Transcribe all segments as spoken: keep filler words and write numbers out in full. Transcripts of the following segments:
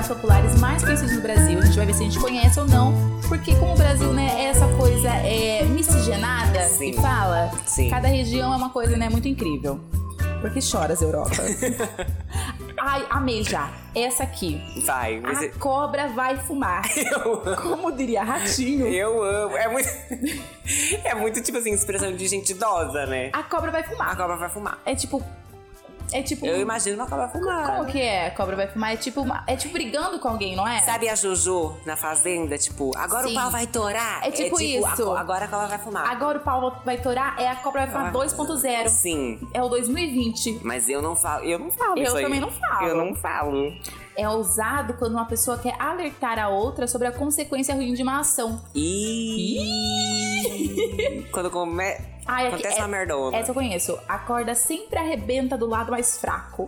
mais populares, mais conhecidos no Brasil. A gente vai ver se a gente conhece ou não. Porque como o Brasil, né, é essa coisa é, miscigenada, Sim. que fala, Sim. cada região é uma coisa, né, muito incrível. Por que choras, Europa? Ai, amei já. Essa aqui. Vai. A Você... cobra vai fumar. Eu amo. Como diria Ratinho. Eu amo. É muito... é muito, tipo assim, expressão de gente idosa, né? A cobra vai A fumar. cobra vai fumar. É tipo... É tipo... Eu imagino uma cobra fumar. Como que é a cobra vai fumar? É tipo, uma... é tipo brigando com alguém, não é? Sabe a Jojo na fazenda? Tipo, agora Sim. o pau vai torar. É tipo isso. A co... Agora a cobra vai fumar. Agora o pau vai torar, é a cobra vai fumar Ah, dois ponto zero. Sim. É o dois mil e vinte. Mas eu não falo. Eu não falo Eu isso aí. também não falo. Eu não falo. É usado quando uma pessoa quer alertar a outra sobre a consequência ruim de uma ação. E quando come... Ai, aqui- acontece é- uma merdona. Essa eu conheço. A corda sempre arrebenta do lado mais fraco.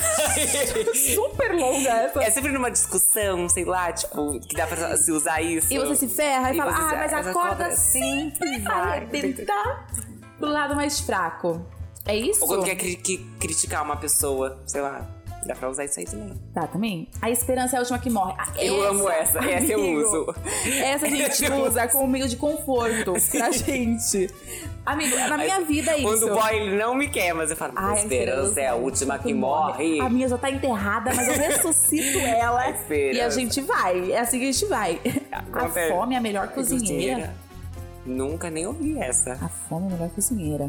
Super longa essa. É sempre numa discussão, sei lá, tipo, que dá pra se usar isso. E você se ferra e, E fala, você ah, se- mas a essa corda corda sempre sempre vai vai arrebentar do lado mais fraco. É isso? Ou quando quer cri- que- criticar uma pessoa, sei lá. Dá pra usar isso aí também. Tá, também. A esperança é a última que morre. Ah, Eu amo essa, essa eu amigo, uso. Essa a gente Essa eu usa como meio de conforto pra gente. Amigo, na minha vida é isso. Quando o boy ele não me quer, mas eu falo, a Ai, esperança é a última que morre. A minha já tá enterrada, mas eu ressuscito ela. A esperança. E a gente vai. É assim que a gente vai. A Acontece. fome é a melhor cozinheira. Nunca nem ouvi essa. A fome é a melhor cozinheira.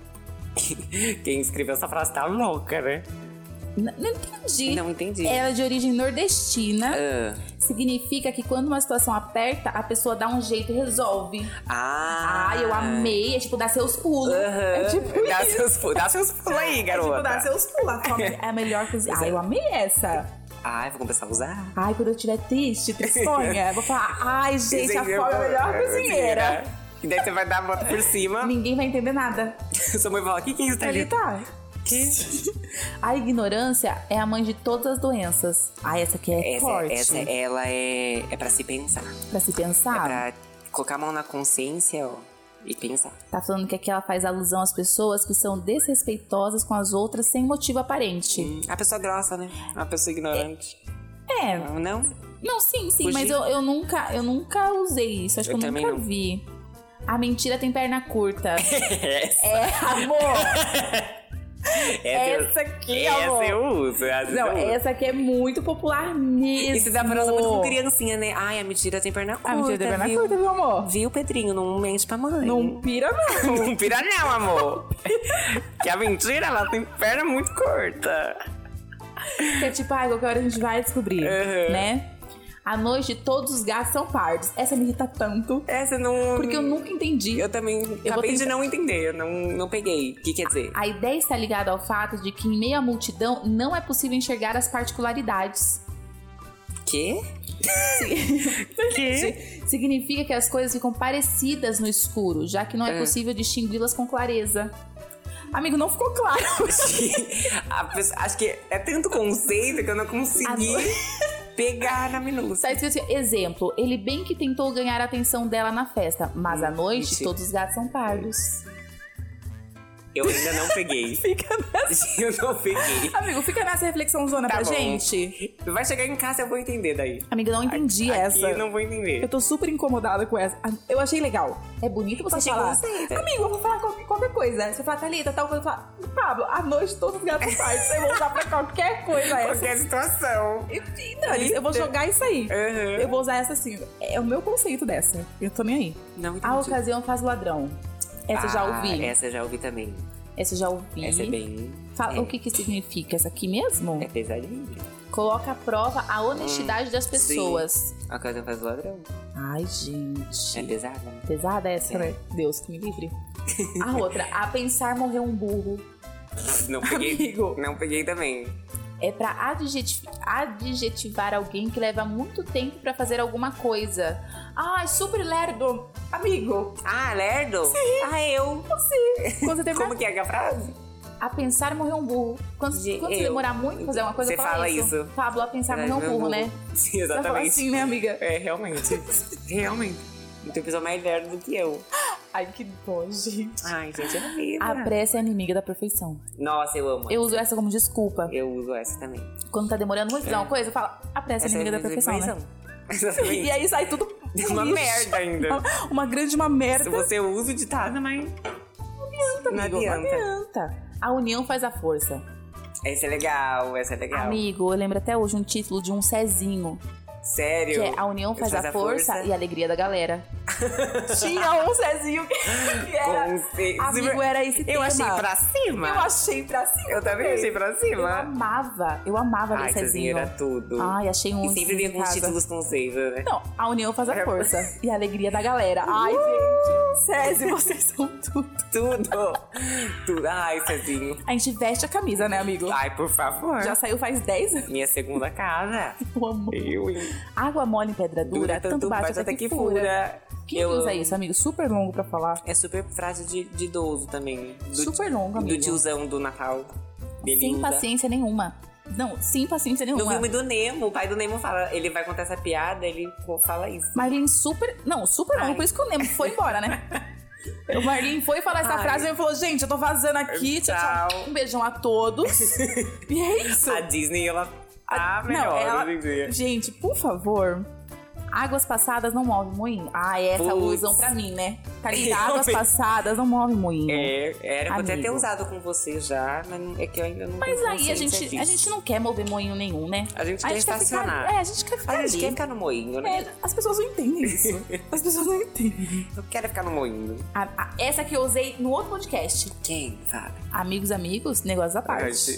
Quem escreveu essa frase tá louca, né? N- não entendi. Não entendi. Ela é de origem nordestina. Ah. Significa que quando uma situação aperta, a pessoa dá um jeito e resolve. Ah. Ai, eu amei. É tipo dar seus pulos. Aham. É tipo dá, isso. seus, pu- dá seus pulos aí, É garota. tipo dar seus pulos. A fome é a melhor cozinheira. Ai, eu amei essa. Ai, vou começar a usar. Ai, quando eu estiver triste, tristonha, eu vou falar, ai, gente, a Sim, eu fome é a vou- melhor cozinheira. E daí você vai dar a volta por cima. Ninguém vai entender nada. Sua mãe vai falar, o que que é isso, Ali Thalita? tá. Que? A ignorância é a mãe de todas as doenças. Ai, essa aqui é Essa, forte. essa, ela é, é pra se pensar. Pra se pensar. Pra colocar a mão na consciência, ó, e pensar. Tá falando que aqui ela faz alusão às pessoas que são desrespeitosas com as outras sem motivo aparente. Hum, a pessoa grossa, né? A pessoa ignorante. É. Não? Não? Não, sim, sim, Fugir. mas eu, eu, nunca, eu nunca usei isso. Acho Eu que eu também nunca não. vi. A mentira tem perna curta. Essa, É, amor. essa, Essa aqui, essa amor. eu uso. Essa Não, eu uso. essa aqui é muito popular mesmo. Isso dá pra usar muito com criancinha, né? Ai, a mentira tem perna curta, A mentira tem perna viu? curta, meu amor. Viu, Pedrinho? Não mente pra mãe. Não pira, não. Não pira não, amor. Que a mentira, ela tem perna muito curta. Que é tipo, ai, qualquer hora a gente vai descobrir, Uhum. né? À noite, todos os gatos são pardos. Essa me irrita tanto. Essa não... Porque eu nunca entendi. Eu também acabei de tentar- não entender. Eu não, não peguei. O que quer dizer? A ideia está ligada ao fato de que em meio à multidão não é possível enxergar as particularidades. Quê? Que? Significa que as coisas ficam parecidas no escuro, já que não é Ah. possível distingui-las com clareza. Amigo, não ficou claro. A pessoa- acho que é tanto conceito que eu não consegui pegar na minúcia. Tá escrito assim, exemplo, ele bem que tentou ganhar a atenção dela na festa, mas à noite Mentira. todos os gatos são pardos. Eu ainda não peguei. Fica nessa... Eu não peguei. Amigo, fica nessa reflexão zona Tá pra bom. gente. Vai chegar em casa e eu vou entender daí. Amiga, não entendi Aqui essa. eu não vou entender. Eu tô super incomodada com essa. Eu achei legal. É bonito você Achei falar. conceito. Amigo, eu vou falar qualquer, qualquer coisa. Você fala, Thalita, tal coisa. Eu falo, Pablo, à noite todos os gatos pardos. Eu vou usar pra qualquer coisa essa. Qualquer situação. E- e não, eu vou jogar isso aí. Uhum. Eu vou usar essa assim. É o meu conceito dessa. Eu tô nem aí. Não entendi. A ocasião faz o ladrão. Essa eu já Ah, ouvi. Essa eu já ouvi também. Essa eu já ouvi. Essa é bem... Fala, é, o que que significa essa aqui mesmo? É pesadinha. Coloca à prova a honestidade das pessoas. A casa faz o ladrão. Ai, gente. É pesada, né? Pesada essa, É. né? Deus que me livre. A outra, a pensar morrer um burro. Não peguei. Amigo. Não peguei também. É pra adjeti- adjetivar alguém que leva muito tempo pra fazer alguma coisa. Ai, super lerdo. Amigo. Ah, lerdo? Sim. Ah, eu. Sim. Quando você terminar, Como que é a frase? a pensar morrer um burro. Quando, Gente, quando você eu. demorar muito pra fazer uma coisa, Você fala, fala isso. isso. Pablo, a pensar morrer um Meu burro, né? Sim, Você vai falar exatamente. assim, né, amiga? É, realmente. Realmente. Não tem pessoa mais lerda do que eu. Ai, que dó, gente. Ai, gente, é vida. A pressa é inimiga da perfeição. Nossa, eu amo. Eu uso essa como desculpa. Eu uso essa também. Quando tá demorando muito pra fazer uma coisa, eu falo, a pressa é Essa inimiga é da perfeição, né? Exatamente. E aí sai tudo Uma lixo. merda ainda. Uma, uma grande uma merda. Se você usa o ditado, mas... Não adianta, Não amigo. adianta. Não adianta. A união faz a força. Essa é legal, essa é legal. Amigo, eu lembro até hoje um título de um Cezinho. Sério? Que é A União Faz, Faz a, a força, Força e a Alegria da Galera. Tinha um Cezinho que, que era... Com ce- Amigo, era esse Eu tema. achei pra cima. Eu achei pra cima. Eu também achei pra Eu cima. amava. Eu amava ler Ai, Cezinho Cezinho. era tudo. Ai, achei um... E sempre vinha com os casa. títulos com César, né? Não, A União Faz a É. Força e a Alegria da Galera. Ai, gente. Césio, vocês são tudo. Tudo. Tudo. Ai, Cezinho. A gente veste a camisa, né, amigo? Ai, por favor. Já saiu faz dez anos. Minha segunda casa. Eu amo. Eu, hein? Água mole em pedra dura, Dura, tanto bate até que fura. Quem Eu usa amo. isso, amigo? Super longo pra falar. É super frase de, de idoso também. Do, Super longo, amigo. Do tiozão do Natal. Ele Sem usa. paciência nenhuma. Não, sem paciência No nenhuma. filme do Nemo, o pai do Nemo fala, ele vai contar essa piada, ele fala isso. Marlene super... Não, super longo, Ai. por isso que o Nemo foi embora, né? O Marlene foi falar essa Ai. frase e ele falou, gente, eu tô vazando aqui. Tchau, tchau. Tchau. Um beijão a todos. E é isso. A Disney, ela tá A- melhor não, ela- hoje em dia. Gente, por favor. Águas passadas não movem moinho. Ah, essa Putz. usam pra mim, né? Tá ligado? Águas Realmente. passadas não movem moinho. É, era pra até ter Amigo. usado com você já, mas não- é que eu ainda não Mas tenho aí a consciência gente, disso. a gente não quer mover moinho nenhum, né? A gente A quer gente quer estacionar. ficar, é, a gente quer ficar A gente ali. quer ficar no moinho, né? É, as pessoas não entendem isso. As pessoas não entendem. Eu quero ficar no moinho. A- a- essa que eu usei no outro podcast. Quem, sabe? Amigos, amigos, negócio à parte. Gente.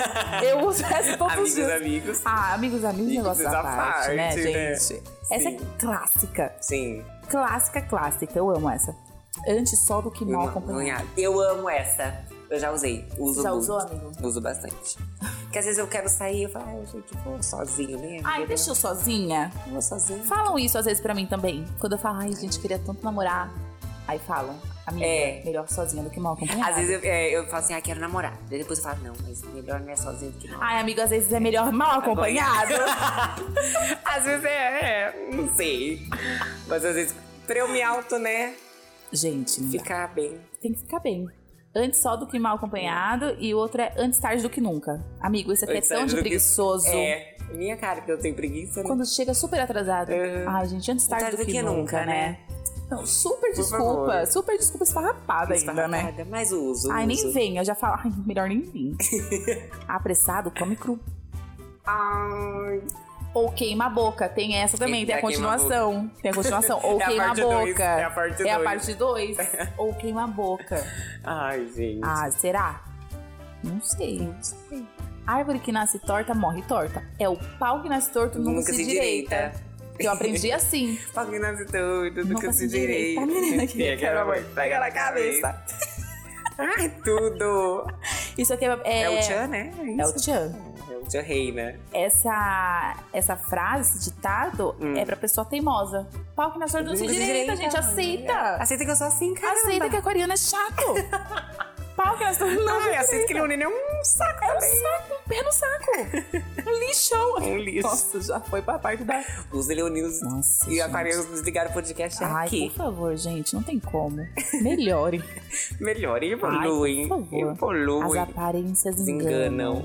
Eu uso essa todos os Amigos, dias. amigos. Ah, amigos, amigos, negócio Amigos à à parte, parte, né, né? gente? Essa Sim. é clássica. Sim. Clássica, clássica. Eu amo essa. Antes só do que mal acompanhado. Eu amo essa. Eu já usei. Uso Já muito. usou, amigo? Uso bastante. Porque às vezes eu quero sair e eu falo, ai, gente, vou sozinho mesmo. Ai, deixa eu sozinha. Eu vou sozinho. Falam isso às vezes pra mim também. Quando eu falo, ai, gente, queria tanto namorar. Aí falam, amiga, É. melhor sozinha do que mal acompanhada. Às vezes eu, é, eu falo assim, ah, quero namorar. Daí depois eu falo, não, mas melhor não é sozinho do que mal. Ai, amigo, às vezes é melhor mal acompanhado. Às vezes é, é, não sei. Mas às vezes, pra eu me auto, né, Gente, ficar bem. tem que ficar bem. Antes só do que mal acompanhado e o outro é antes tarde do que nunca. Amigo, isso aqui Antes é tão tarde de do que- preguiçoso. É, minha cara que eu tenho preguiça, né? Quando chega super atrasado. Uhum. Ai, gente, antes tarde do que, nunca, né? Não, super desculpa. favor. Super desculpa esfarrapada ainda, né? Esfarrapada, mas uso, Ai, nem uso. vem. Eu já falo, ai, melhor nem vir. Apressado, come cru. Ai, Ou queima a boca. Tem essa também, tem a É, queima a continuação. Tem a continuação. Ou É a queima a parte boca. dois, é a parte É a dois. parte dois. Ou queima a boca. ai, gente. Ah, será? Não sei. Árvore que nasce torta, morre torta. É o pau que nasce torto, nunca, Nunca se, se direita. direita. Eu aprendi assim. Alguém nasce doido, nunca Nunca se se direita. direita. A menina que É, quer amor, pega na cabeça. Ai, tudo. Isso aqui é... É, É, o Tchan, né? É o tchan. É o Tchan rei, né? Essa, essa frase, esse ditado, Hum. é pra pessoa teimosa. Pau que nasce torto, não se Nunca se direita, direita. gente. Aceita. Aceita que eu sou assim, cara. Aceita que aquariano é chato. Pau que nasce torto, não se Ai, aceita direita. que leonino é um saco É um também. saco, um pé no saco. Um lixão. Um lixo. Nossa, já foi pra parte da... Os leoninos Nossa, e gente. aquarianos desligaram o podcast Ai, aqui. por favor, gente, não tem como. Melhore. Melhor, Ai, evoluem. por favor. As Evoluem. aparências Desenganam. enganam.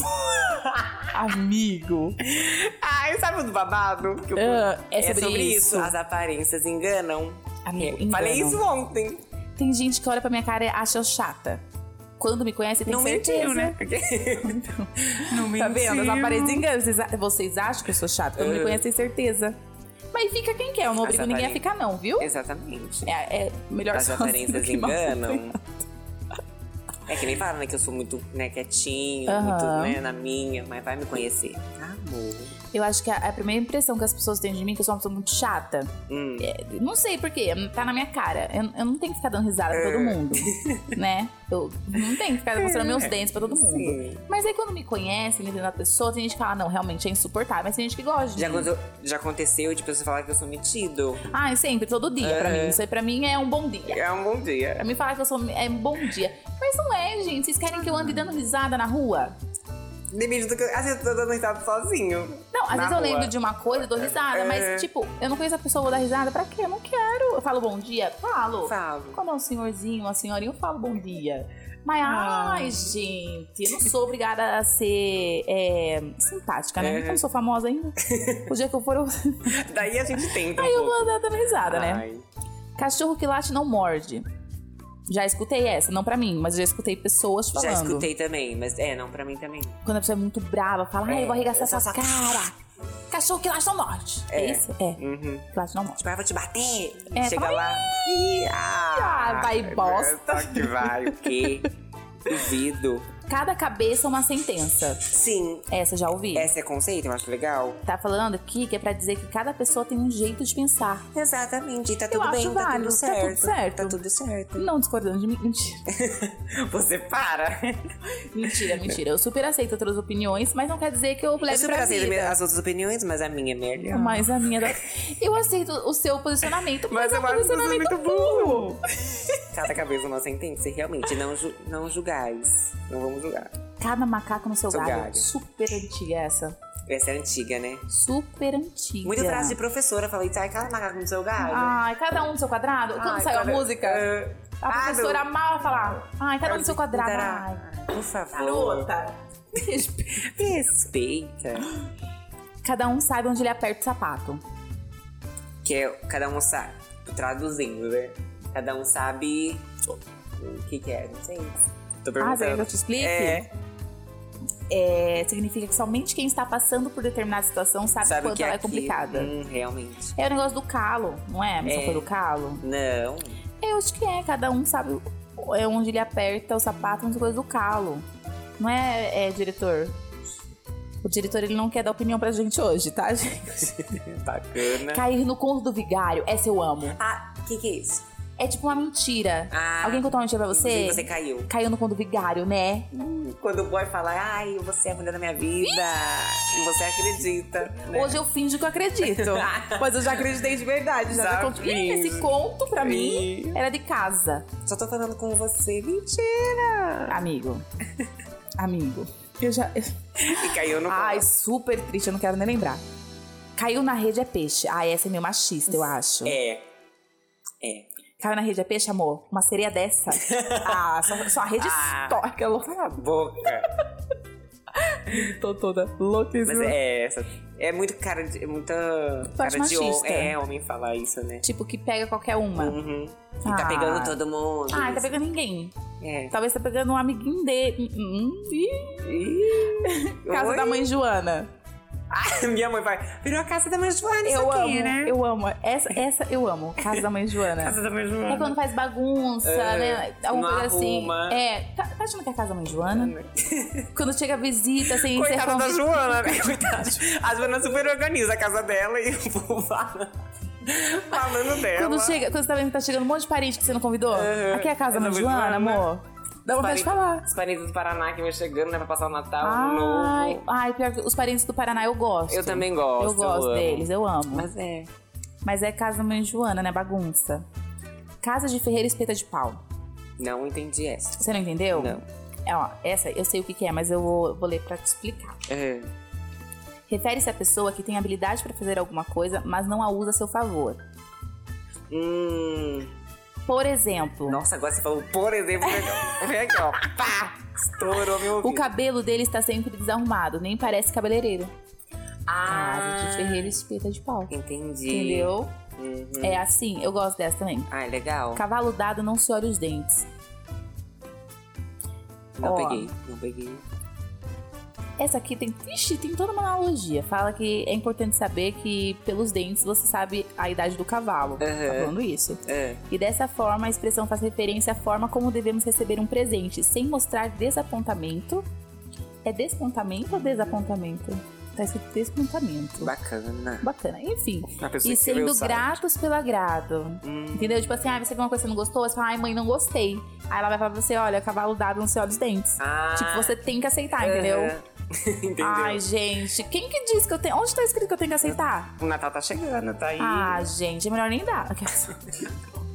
Amigo. Ai, sabe o do babado? Que eu- Ah, é é sobre sobre isso. isso. As aparências enganam. Amigo, É, Falei enganam. isso ontem. Tem gente que olha pra minha cara e acha eu chata. Quando me conhece, tem Não certeza. mentiu, né? Não mentiu. Tá vendo? As aparências enganam. Vocês, a- vocês acham que eu sou chata? Quando me Ah. conhece, tem certeza. Mas fica quem quer. Eu não As obrigo ninguém a aparen- ficar, não, viu? Exatamente. É, é melhor As sozinho do aparências que mal enganam. acompanhado. É que nem falam, né? Que eu sou muito, né, quietinho, Aham. muito, né, na minha, mas vai me conhecer. Amor. Eu acho que a, a primeira impressão que as pessoas têm de mim é que eu sou uma pessoa muito chata. Hum. É, não sei por quê, tá na minha cara. Eu, eu não tenho que ficar dando risada pra todo É. mundo, né? Eu não tenho que ficar mostrando meus É, dentes pra todo mundo. sim. Mas aí quando me conhecem, me entendem a pessoa, tem gente que fala, não, realmente é insuportável. Mas tem gente que gosta de Já, mim. aconteceu- já aconteceu de pessoa falar que eu sou metido. Ai, sempre, todo dia pra É. mim. Isso aí pra mim é um bom dia. É um bom dia. Pra mim falar que eu sou é um bom dia. Mas não é, gente. Vocês querem que eu ande dando risada na rua? Depende do que eu... Às vezes eu tô dando risada sozinho. Não, Não, às Na vezes eu rua. lembro de uma coisa e dou risada, É. mas tipo, eu não conheço a pessoa, vou dar risada, pra quê? Eu não quero. Eu falo bom dia? Falo. Falo. Quando é um senhorzinho, uma senhorinha, eu falo bom dia. Mas, Ah. ai, gente, eu não sou obrigada a ser é, simpática, né? É. Eu não sou famosa ainda. O dia que eu for, eu... Daí a gente tenta um aí eu pouco. vou dar dando risada, né? Ai. Cachorro que late não morde. Já escutei essa, não pra mim, mas já escutei pessoas falando. Já escutei também, mas é, não, pra mim também. Quando a pessoa é muito brava, fala, ai, eu vou arregaçar essa sua sua- cara. Cachorro que late não morde. É, É. isso? É. Uhum. Que late não morde. Tipo, ah, vou te bater. É, Chega fala, lá. Ih, ah, vai bosta. Só que vai, o quê? Duvido. Cada cabeça é uma sentença. Sim, Essa já ouvi. esse é conceito, eu acho legal. Tá falando aqui que é pra dizer que cada pessoa tem um jeito de pensar. Exatamente, e tá Eu tudo acho bem, tá válido, tudo tá certo. tudo certo. Tá tudo certo. Não discordando de mim. Mentira. Você para. Mentira, mentira. Eu super aceito outras opiniões, mas não quer dizer que eu leve Eu super pra aceito vida. as outras opiniões, mas a minha é melhor. Mas a minha... Da... Eu aceito o seu posicionamento, mas, Mas é eu um acho que você é posicionamento muito burro. Cada cabeça uma sentença, e realmente, não, ju não julgais. Não vamos julgar. Cada macaco no seu, Seu galho. galho. Super antiga essa. Essa é antiga, né? Super antiga. Muita frase de professora, falei, sai cada macaco no seu galho. Ai, cada um no seu quadrado. Quando Ai, saiu cada- a música, É. a Ah, professora não. mal falar. Ai, cada um no seu quadrado. Ai, Por favor. garota. Respeita. Cada um sabe onde ele aperta o sapato. Que é, cada um sabe. Traduzindo, né? Cada um sabe o que, que é, não sei. Tô Ah, perguntando. quer que eu te explique? É. É, significa que somente quem está passando por determinada situação sabe, Sabe quanto que ela é aqui- complicada. Hum, realmente. É o negócio do calo, não é? A mesma É. coisa do calo? Não. Eu acho que é, cada um sabe é onde ele aperta o sapato, não coisa do calo. Não é, é, diretor? O diretor, ele não quer dar opinião pra gente hoje, tá, gente? Bacana. Cair no conto do vigário, essa eu amo. Ah, o que, que é isso? É tipo uma mentira. Ah, Alguém contou uma mentira pra você? inclusive você caiu. Caiu no conto do vigário, né? Quando o boy fala, ai, você é a mulher da minha vida. E você acredita. Né? Hoje eu finjo que eu acredito. Mas eu já acreditei de verdade. Já, Já já conto. Ih, fiz. esse conto, pra mim, Ih. era de casa. Só tô falando com você. Mentira! Amigo. Amigo. Eu já... E caiu no Ai, colo. super triste, eu não quero nem lembrar. Caiu na rede é peixe. Ah, essa é meio machista, eu acho. É. É. Caiu na rede é peixe, amor? Uma sereia dessa? Ah, só, só a rede Ah. histórica, louca. Cala a boca. Tô toda louquíssima. Mas é essa. É muito cara de. É muita. Cara de machista. homem. É, homem falar isso, né? Tipo, que pega qualquer uma. Uhum. E Ah. tá pegando todo mundo. Ah, tá pegando ninguém. É. Talvez tá pegando um amiguinho dele. Hum, hum. Ih. Ih. Casa Oi? da mãe Joana. Ah, minha mãe vai. Virou a casa da mãe Joana, isso Eu aqui, amo, né? eu amo. Essa, essa eu amo. Casa da mãe Joana. Casa da mãe Joana. É quando faz bagunça, É, né? Alguma não coisa assim. arruma. É. Tá, tá achando que é a casa da mãe Joana? Quando chega a visita, assim, Coitada você da convida- Joana, né? Coitada. A Joana super organiza a casa dela e o povo fala- falando dela. Quando, chega, quando você tá vendo que tá chegando um monte de parente que você não convidou. Uhum. Aqui é a casa da É mãe da Joana, Joana. amor. Dá vontade de falar. Os parentes do Paraná que vão chegando, né? Pra passar o Natal, Ano Ai, Novo. ai, pior que os parentes do Paraná eu gosto. Eu também gosto. Eu gosto amo. deles, eu amo. Mas é. Mas é casa da mãe Joana, né? Bagunça. Casa de ferreiro espeta de pau. Não entendi essa. Você não entendeu? Não. É, ó, essa eu sei o que, que é, mas eu vou, vou ler pra te explicar. É. Refere-se à pessoa que tem habilidade pra fazer alguma coisa, mas não a usa a seu favor. Hum. Por exemplo, Nossa, agora você falou, por exemplo, vem aqui, ó. Pá! Estourou meu ouvido. o cabelo dele está sempre desarrumado, nem parece cabeleireiro. Ah, Casa de ferreiro espeta de pau. entendi. Entendeu? Uhum. É assim, eu gosto dessa também. Ah, legal. Cavalo dado não se olha os dentes. Não Ó. peguei, não peguei. Essa aqui tem, ixi, tem toda uma analogia. Fala que é importante saber que pelos dentes você sabe a idade do cavalo. Tá Uhum. falando isso. É. E dessa forma a expressão faz referência à forma como devemos receber um presente, sem mostrar desapontamento. É despontamento ou desapontamento? Tá escrito despontamento. Bacana. Bacana. Enfim. A pessoa E que escreveu sendo sabe. gratos pelo agrado. Hum. Entendeu? Tipo assim, ah, você viu uma coisa que você não gostou? Você fala, ai, mãe, não gostei. Aí ela vai falar pra você, olha, cavalo dado não se olha os dentes. Ah. Tipo, você tem que aceitar, entendeu? Uhum. Entendeu? Ai, gente, quem que diz que eu tenho... Onde tá escrito que eu tenho que aceitar? O Natal tá chegando, tá aí. Ah, gente, é melhor nem dar.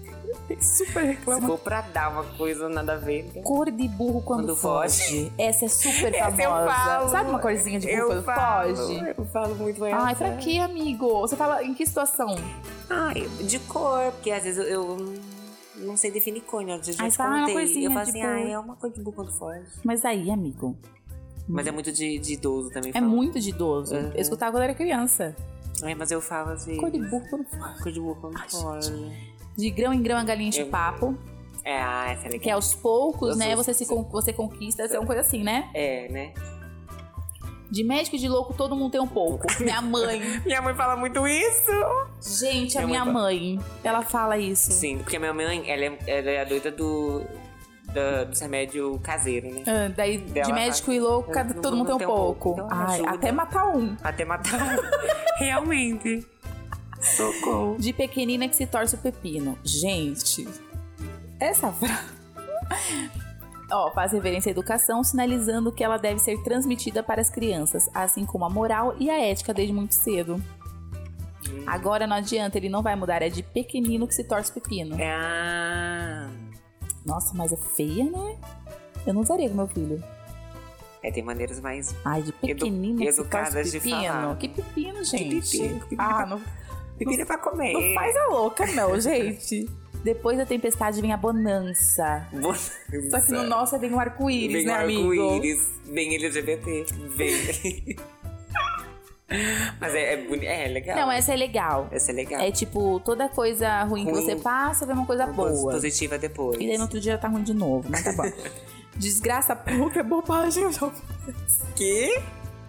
Super Se reclama. for pra dar uma coisa nada a ver. Né? Cor de burro quando, Quando foge. foge. Essa é super Essa eu famosa. falo. Sabe uma corzinha de burro Eu quando falo, foge? Eu falo muito essa. Ai, pra quê, amigo? Você fala em que situação? Ai, de cor, porque às vezes eu, eu não sei definir cor, né? Às vezes eu Ai, já te fala uma contei. corzinha Eu falo de assim, burro. ai, é uma cor de burro quando foge. Mas aí, amigo, Mas é muito de, de idoso também. é fala. muito de idoso. Uhum. Eu escutava quando era criança. É, mas eu falo assim. Cor de burro quando foge. Cor de burro quando foge. De grão em grão a galinha enche Eu- o papo. É, ah, essa é legal. Que é aos poucos, Eu né? sou- Você, se con- você conquista, essa é uma coisa assim, né? É, né? De médico e de louco, todo mundo tem um pouco. Minha mãe. Minha mãe fala muito isso. Gente, a Minha minha mãe mãe, ela fala isso. Sim, porque a minha mãe, ela é, ela é a doida do, da- dos remédios caseiros, né? Ah, daí, de Dela médico fala- e louco, cada, Todo todo mundo mundo tem um pouco. Então, Ai, ajuda. até matar um. Até matar. Realmente. Socorro. De pequenina que se torce o pepino. Gente, essa frase... Ó, faz reverência à educação, sinalizando que ela deve ser transmitida para as crianças, assim como a moral e a ética desde muito cedo. Hum. Agora não adianta, ele não vai mudar, é de pequenino que se torce o pepino. Ah, Nossa, mas é feia, né? Eu não usaria com meu filho. é, tem maneiras mais... Ai, de pequenino que se educadas torce de pepino. falar. Que pepino, gente? pepino, pepino Ah, pra- não, Pepino é pra comer. não faz a louca, não, gente. Depois da tempestade vem a bonança. Só que no nosso vem o arco-íris, Vem né, o amigo? arco-íris, vem L G B T, vem... Mas é, é, boni- é legal. Não, essa é legal. Essa é legal. É tipo, toda coisa ruim, que Ruim. você passa, vem uma coisa boa. Positiva depois. E daí no outro dia tá ruim de novo, mas tá bom. Desgraça pouco é bobagem, eu já ouvi. Que?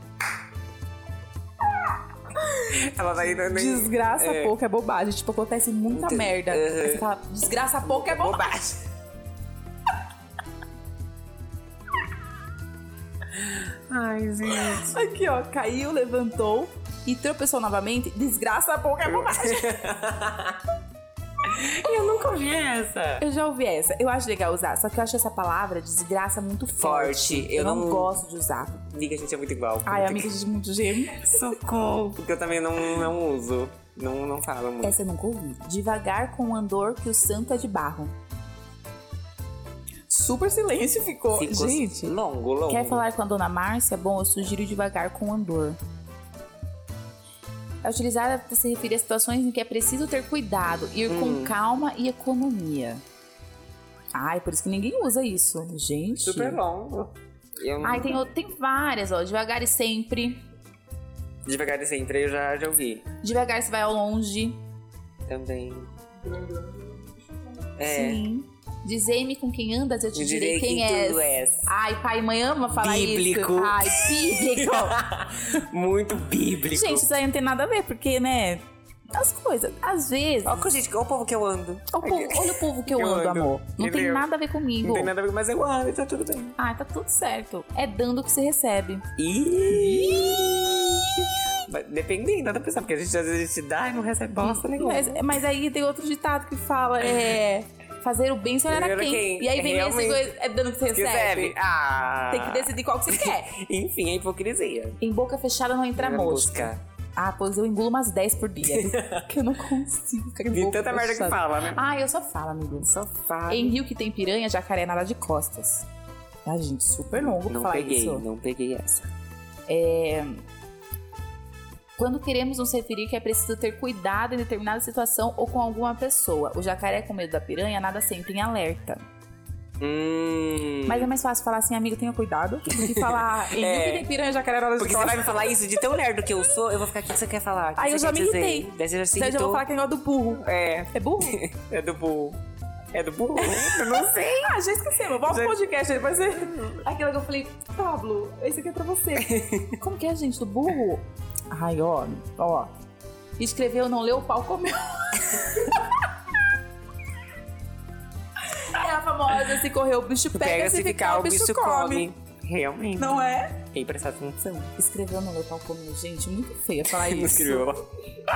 Ela vai indo... Desgraça É. pouco é bobagem. Tipo, acontece muita Muito- merda. Uhum. Aí você fala, desgraça pouco é bobagem. Bobagem. Ai, gente. Aqui, ó, caiu, levantou e tropeçou novamente. Desgraça pouco é bobagem. Eu nunca ouvi essa. Eu já ouvi essa. Eu acho legal usar, só que eu acho essa palavra desgraça muito forte. Forte. Eu, Eu não, não- gosto de usar. Diga, a gente é muito igual. Ai, amiga de muito gêmeo. Socorro. Porque eu também não, não uso. Não, não falo muito. Essa eu nunca ouvi. Devagar com o andor que o santo é de barro. Super silêncio ficou. Ficou Gente, longo, longo. quer falar com a dona Márcia? Bom, eu sugiro devagar com o andor. É utilizada para se referir a situações em que é preciso ter cuidado, ir Hum. com calma e economia. Ai, por isso que ninguém usa isso. Gente. Super longo. Eu Ai, tem, o- tem várias, ó. Devagar e sempre. Devagar e sempre eu já, já ouvi. Devagar se vai ao longe. Também. É. Sim. Dizei-me com quem andas, eu te Eu direi direi quem quem és. tu és. Ai, pai e mãe ama falar Bíblico. isso. Ai, bíblico. Muito bíblico. Gente, isso aí não tem nada a ver, porque, né? As coisas, às vezes. Olha o gente, olha o povo que eu ando. Olha o povo, olha o povo que eu, Eu ando, ando, amor. Não tem entendeu? nada a ver comigo. Não tem nada a ver, mas eu ando, tá tudo bem. Ah, tá tudo certo. É dando que se recebe. Ih! Mas dependendo, dá pra pensar, porque a gente às vezes se dá e não recebe bosta nenhuma. Mas, mas aí tem outro ditado que fala: é. Fazer o bem sem olhar a Olhar a quem. quem. E aí vem esse Realmente. coisa, é dando que se Que recebe. recebe. Ah! Tem que decidir qual que você quer. Enfim, é hipocrisia. Em boca fechada não entra Vamos mosca. buscar. Ah, pois eu engulo umas dez por dia. Que eu não consigo ficar de De boca tanta merda que fechada. fala, né? Ah, eu só falo, amigo. Só fala. Em rio que tem piranha, jacaré nada de costas. Ah, gente, super longo pra Não falar peguei, isso. não peguei essa. É... Quando queremos nos referir que é preciso ter cuidado em determinada situação ou com alguma pessoa. O jacaré com medo da piranha nada sempre em alerta. Hum. Mas é mais fácil falar assim, amigo, tenha cuidado, do que falar em É. rio que tem piranha, jacaré nada de Porque você costas. vai me falar isso de tão lerdo que eu sou, eu vou ficar, o que você quer falar? O que Aí eu você já quer me dizer? irritei. Daí você já se Então eu já vou irritou. falar que é igual do burro. É, É burro? é do burro. É do burro? Eu não sei. Ah, já esquecemos. Vamos Já- pro podcast aí, vai ser aquilo que eu falei, Pablo, esse aqui é pra você. Como que é, gente, do burro? Ai, ó, ó. Escreveu, não leu, o pau comeu. É a famosa, se correr o bicho pega, Pega se ficar o bicho come. Realmente. Não é? Tem que prestar atenção. Escreveu, não leu, o pau comeu. Gente, muito feio falar Não isso. escreveu.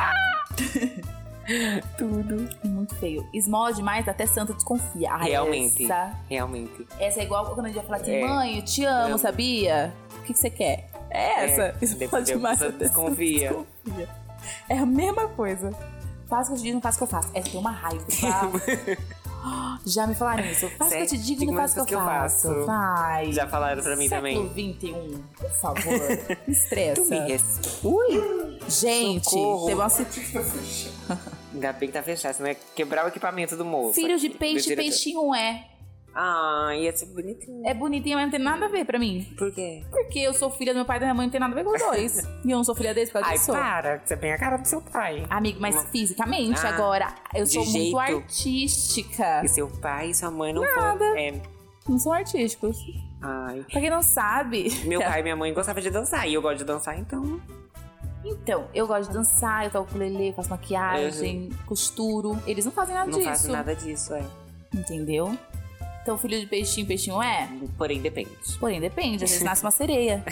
Tudo. Muito feio. Esmola demais, até santo desconfia. Ai, Realmente. Essa, Realmente. essa é igual quando a gente vai falar assim, É. mãe, eu te amo, Amo. sabia? O que, que você quer? É essa. É, Esmola depois demais, a até pessoa santo desconfia. desconfia. É a mesma coisa. Faço o que eu te digo, não faço o que eu faço. É ter uma raiva. Tá? Já me falaram isso. Faz o que eu te digo e não faz o que eu faço. Vai. Já falaram pra mim também. século vinte e um, por favor. Estressa. Tu me res... Ui! Gente, Socorro. teve uma situação. Ainda bem que tá fechado, senão é quebrar o equipamento do moço. Filho de aqui, do peixe, diretor. peixinho é. Ah, ia ser bonitinho. É bonitinho, mas não tem nada a ver pra mim. Por quê? Porque eu sou filha do meu pai e da minha mãe, não tem nada a ver com os dois. E eu não sou filha deles por causa Ai, disso. para, que você tem a cara do seu pai. Amigo, mas Uma- fisicamente, Ah, agora, eu de sou muito jeito. artística. E seu pai e sua mãe não Nada. foram. É... Não são artísticos. Ai. Pra quem não sabe. Meu pai e minha mãe gostavam de dançar. E eu gosto de dançar, então. Então, eu gosto de dançar, eu toco ukulele, faço maquiagem, costuro. Eles não fazem nada Não disso. faço nada disso, é. Entendeu? Então, filho de peixinho, peixinho é? Porém, depende. Porém, depende. Às vezes nasce uma sereia.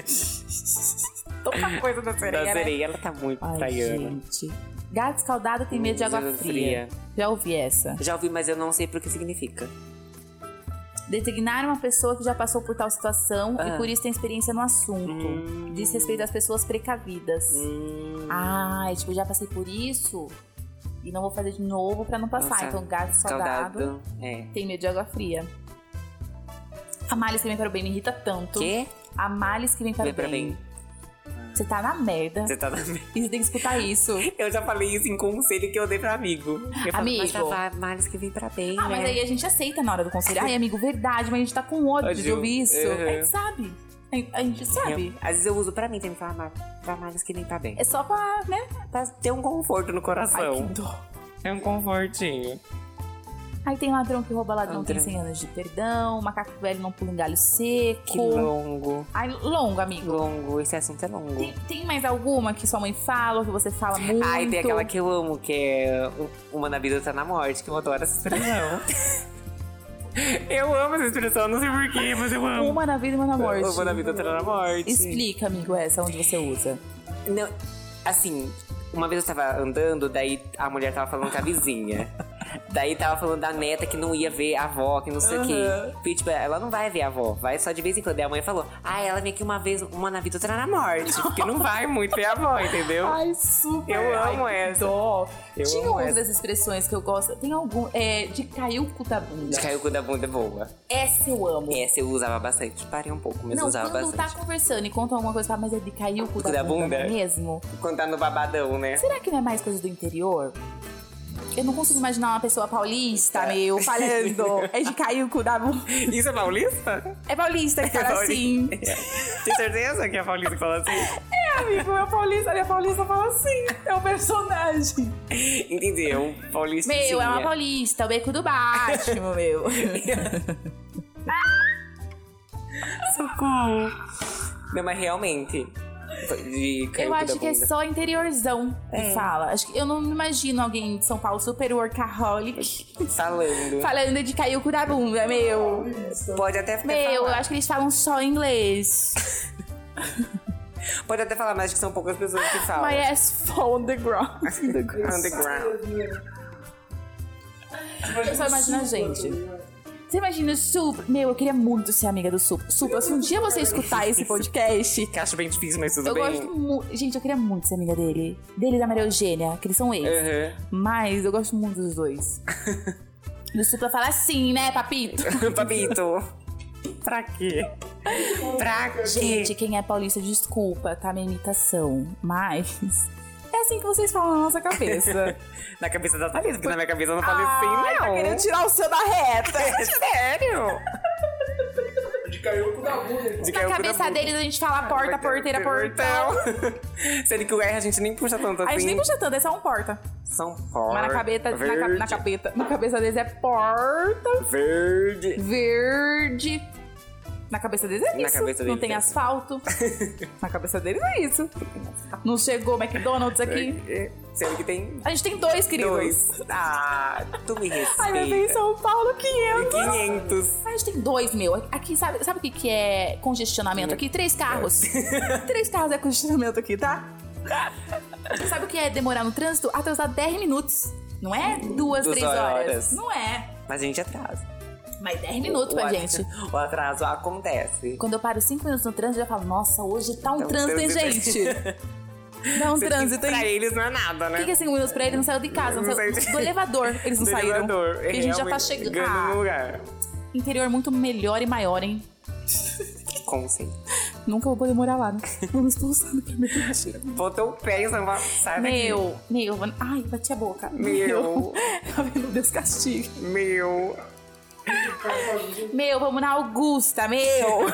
Toda coisa da sereia, Da né? sereia, ela tá muito Ai, praiana. gente. Gato escaldado tem medo de água Água fria. fria. Já ouvi essa. Já ouvi, mas eu não sei pro que significa. Designar uma pessoa que já passou por tal situação Ah. e por isso tem experiência no assunto. Hum. Diz respeito às pessoas precavidas. Hum. Ah, tipo, já passei por isso e não vou fazer de novo pra não passar. Nossa, Então, gato escaldado Escaldado. É. tem medo de água fria. A males que vem para o bem me irrita tanto. Quê? A males que vem para Vem o pra bem. bem. Você tá na merda. Você tá na... E você tem que escutar isso. Eu já falei isso em conselho que eu dei pra amigo. Eu falo, Amigo. Mas já vai, males que vem pra bem, Ah, né? mas aí a gente aceita na hora do conselho. Ai, amigo, verdade, mas a gente tá com ódio de Ódio. ouvir isso. Uhum. A gente sabe. A a gente sabe. Eu- às vezes eu uso pra mim, tem que falar pra males que vem pra bem. É só pra, né? Pra ter um conforto no Ai, coração. que dó. É um confortinho. Aí tem ladrão que rouba ladrão, Ladrão. tem cem anos de perdão. Macaco velho não pula em galho seco. Que longo. Ai, longo, amigo. Longo, esse assunto é longo. Tem, tem mais alguma que sua mãe fala, ou que você fala muito? Ai, tem aquela que eu amo, que é uma na vida, outra na morte, que eu adoro essa expressão. Eu amo essa expressão, não sei porquê, mas eu amo. Uma na vida e uma na morte. Uma na vida, outra na morte. Explica, amigo, essa onde você usa. Não, assim, uma vez eu tava andando, daí a mulher tava falando com a vizinha. Daí tava falando da neta que não ia ver a avó, que não sei o Uhum. quê. Porque, tipo, ela não vai ver a avó, vai só de vez em quando. Daí a mãe falou, ah, ela vem aqui uma vez, uma na vida, outra na morte. Porque não vai muito ver a avó, entendeu? Ai, super. Eu amo Ai, que essa. dó. Eu Tinha amo uma essa. das expressões que eu gosto. Tem algum. É, de cair o cu da bunda. De cair o cu da bunda é boa. Essa eu amo. Essa eu usava bastante. Parei um pouco, mas Não, usava quando bastante. tá conversando e conta alguma coisa, fala, mas é de cair o cu da, da bunda, bunda? não é mesmo? Quando tá no babadão, né? Será que não é mais coisa do interior? Eu não consigo imaginar uma pessoa paulista, meu, falando. É de cair o cu da bunda. Isso é paulista? É paulista que fala assim. Tem certeza que é paulista que fala assim? É, amigo, meu paulista, minha paulista fala assim. É um personagem. Entendi, é um paulista. Meu, é uma paulista, o beco do Batman, meu. Socorro. Não, mas realmente. De cair Eu o cu acho da que é bunda. só interiorzão que É. fala. Acho que eu não me imagino alguém de São Paulo super workaholic Falando. falando de cair o cu da bunda, meu. Pode até Meu, eu falar. acho que eles falam só inglês. Pode até falar, mas acho que são poucas pessoas que falam. My ass fall on the ground. Underground. Eu só imagino a gente. Você imagina o Supla? Meu, eu queria muito ser amiga do Supla. Supla, se um dia você escutar esse podcast, Que acho bem difícil, mas tudo eu bem. gosto muito. Gente, eu queria muito ser amiga dele. Dele e da Maria Eugênia, que eles são ex. Uhum. Mas eu gosto muito dos dois. E o Supla fala assim, né, papito? Papito. Pra quê? Pra quê? Gente, quem é paulista, desculpa, tá? Minha imitação. Mas é assim que vocês falam na nossa cabeça. Na cabeça da Thalita, porque na minha cabeça eu não falei Ai, assim, tá não. querendo tirar o seu da reta. É sério? De cair o cu da bunda. De Na cair o cu da cabeça bunda. deles a gente fala porta, porteira, portão. Sendo que o R a gente nem puxa tanto assim. A gente nem puxa tanto, é só um porta. São porta. Mas na cabeça, na, ca- verde, na, capeta, na cabeça deles é porta Verde. verde. Na cabeça deles é Na isso. cabeça Não deles tem é. asfalto. Na cabeça deles é isso. Não chegou McDonald's aqui. É, Sendo que tem A gente tem dois, queridos. dois. Ah, tu me respeita. Ai, vai ver em São Paulo, quinhentos. quinhentos. A gente tem dois, meu. Aqui, sabe, sabe o que, que é congestionamento aqui? Três carros. Três carros é congestionamento aqui, tá? Sabe o que é demorar no trânsito? Atrasar dez minutos. Não é duas, Duas três horas. horas. Não é. Mas a gente atrasa. Mas dez minutos O pra atras- gente. O atraso acontece. Quando eu paro cinco minutos no trânsito, eu já falo, nossa, hoje tá um Então, trânsito, hein, trânsito. gente? Dá um Sendo que trânsito, pra hein? eles não é nada, né? O que, que é cinco minutos pra ele? Não saiu de casa, não Não saiu saiu de- do elevador. Eles não Do saíram. elevador. Porque a gente já tá chegando. no Ah, lugar. interior muito melhor e maior, hein? Como assim? Nunca vou poder morar lá, né? Vamos expulsar do primeiro dia. Botou o pé e sai daqui. Meu, meu, ai, bati a boca. Meu. Tá vendo? Deus castiga. Meu. Meu, vamos na Augusta, meu.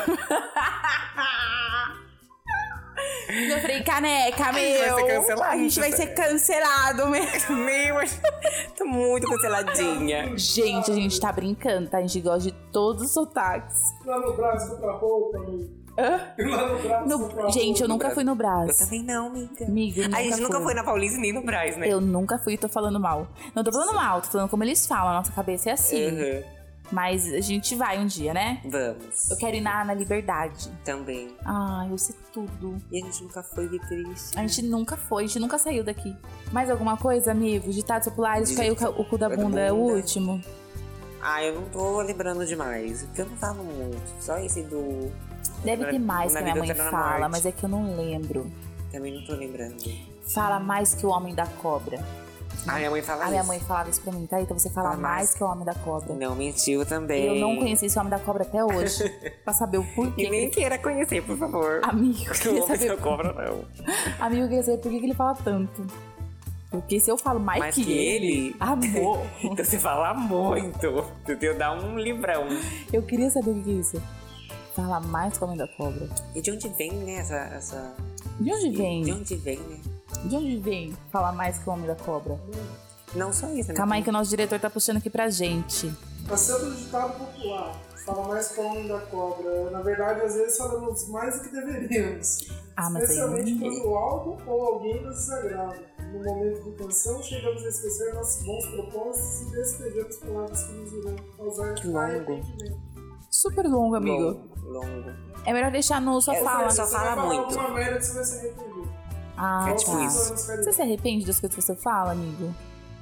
Eu falei, caneca, meu. vai ser cancelado. A gente vai ser cancelado, meu. Meu, tô muito canceladinha. Gente, a gente tá brincando, tá? A gente gosta de todos os sotaques. Lá no Brás comprar roupa, amigo. Hã? Lá no Brás No- comprar roupa. Gente, eu nunca fui no Eu Brás. também não, amiga. Amigo, nunca A gente nunca fui. foi na Paulista nem no Brás, né? Eu nunca fui e tô falando mal. Não tô falando mal, tô falando como eles falam. A nossa cabeça é assim. Uhum. Mas a gente vai um dia, né? Vamos. Eu quero ir na, na Liberdade. Também. Ai, eu sei tudo. E a gente nunca foi, que triste. A gente nunca foi, a gente nunca saiu daqui. Mais alguma coisa, amigo? Ditados populares, Dito- caiu ca- o cu da da bunda, é o bunda. último. Ah, eu não tô lembrando demais. Porque eu não falo muito. Só esse do... Deve ter mais que a Na minha vida mãe outra na fala, morte. mas é que eu não lembro. Também não tô lembrando. Fala mais que o homem da cobra. Ah, minha mãe fala A isso. minha mãe falava isso pra mim, tá? Então você fala Fala mais mais. que o homem da cobra. Não, mentiu também. Eu não conheci esse homem da cobra até hoje. Pra saber o porquê. E nem que ele- queira conhecer, por favor. Amigo, eu Que o queria homem saber... não cobra, não. Amigo, eu queria saber por que que ele fala tanto. Porque se eu falo mais, Mais que, que ele? amor, Então você fala muito. Entendeu? Dá um livrão. eu queria saber o que que é isso. Fala mais que o homem da cobra. E de onde vem, né, essa... essa... De onde vem? De onde vem, né? De onde vem falar mais que o homem da cobra? Não só isso, né? Calma aí que o nosso diretor tá puxando aqui pra gente. Tá sendo um ditado popular. Fala mais com o homem da cobra. Na verdade, às vezes falamos mais do que deveríamos. Ah, mas Especialmente aí... quando algo ou alguém nos desagrada. No momento de tensão, chegamos a esquecer nossos bons propósitos e despejamos palavras que nos irão causar Que longo. arrependimento. Super longo, amigo. Longo, longo. É melhor deixar no só É, fala. só Você fala vai falar muito. alguma merda que você vai se arrepender. Ah, É tá. tipo isso. Você se arrepende das coisas que você fala, amigo?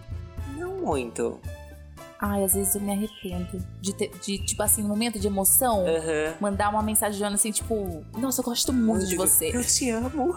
Não muito. Ai, às vezes eu me arrependo. De, ter, de tipo assim, no momento de emoção, Aham. mandar uma mensagem assim, tipo... Nossa, eu gosto muito de você. Eu te amo.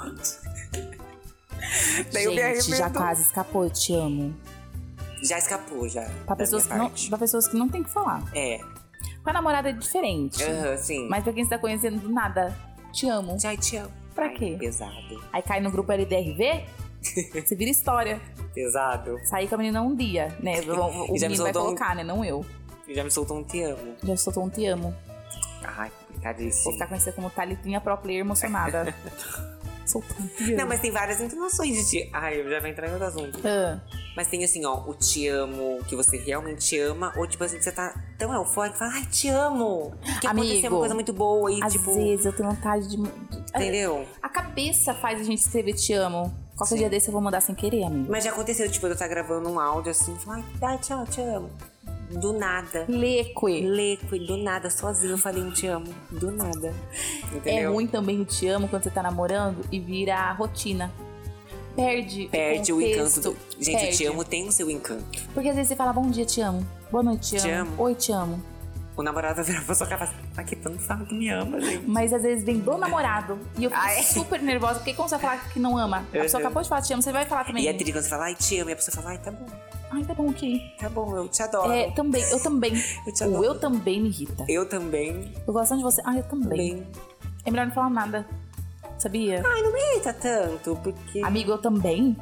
Daí eu me Gente, já arrependo. quase escapou, eu te amo. Já escapou, já. Pra da pessoas, que minha não, parte. pra pessoas que não tem que falar. É. Pra namorada é diferente. Aham, sim. Mas pra quem você tá conhecendo do nada, te amo. Já te amo. Pra Ai, quê? Pesado. Aí cai no grupo L D R V, você vira história. Pesado. Sair com a menina um dia, né? O, o E já me menino vai soltou um- colocar, né? Não eu. E já me soltou um te amo. Já soltou um te amo. Ai, Vou complicadíssimo. ficar conhecida como Thalitinha Pro Player emocionada. Soltou um te amo. Não, mas tem várias entonações de te... Ai, eu já vou entrar em outro assunto. Ah, Mas tem assim, ó, o te amo, que você realmente ama, ou tipo assim, que você tá tão eufórico, fala, ai, te amo. Que aconteceu Amigo, uma coisa muito boa e às tipo. vezes eu tenho vontade de... Entendeu? A cabeça faz a gente escrever te amo. Qualquer Sim. dia desse eu vou mandar sem querer, amigo. Mas já aconteceu, tipo, eu tá gravando um áudio assim, falar, ai, tchau, te amo. Do nada. Leque. Leco, e do nada, sozinho, eu falei um te amo. Do nada. É Entendeu? ruim também o te amo quando você tá namorando e vira rotina. Perde, Perde o, o encanto contexto. do. Gente, Perde. o te amo tem o seu encanto. Porque às vezes você fala bom dia, te amo. Boa noite, te, Te amo. amo. Oi, te amo. O namorado vai virar pra sua cara e fala, tá que tanto fala que me ama, gente. Mas às vezes vem do namorado. E eu fico Ai. super nervosa. Porque como você vai falar que não ama? A pessoa Uhum. acabou de falar te amo, você vai falar também. E é triste quando você fala, ai, te amo, e a pessoa fala, ai, tá bom, Ai, tá bom, ok. tá bom, eu te adoro. É, também, eu também. Eu te O adoro. eu também me irrita. Eu também. Eu gosto tanto de você. Ai, eu também. Bem. É melhor não falar nada. Sabia? Ai, não me irrita tanto, porque. Amigo, eu também?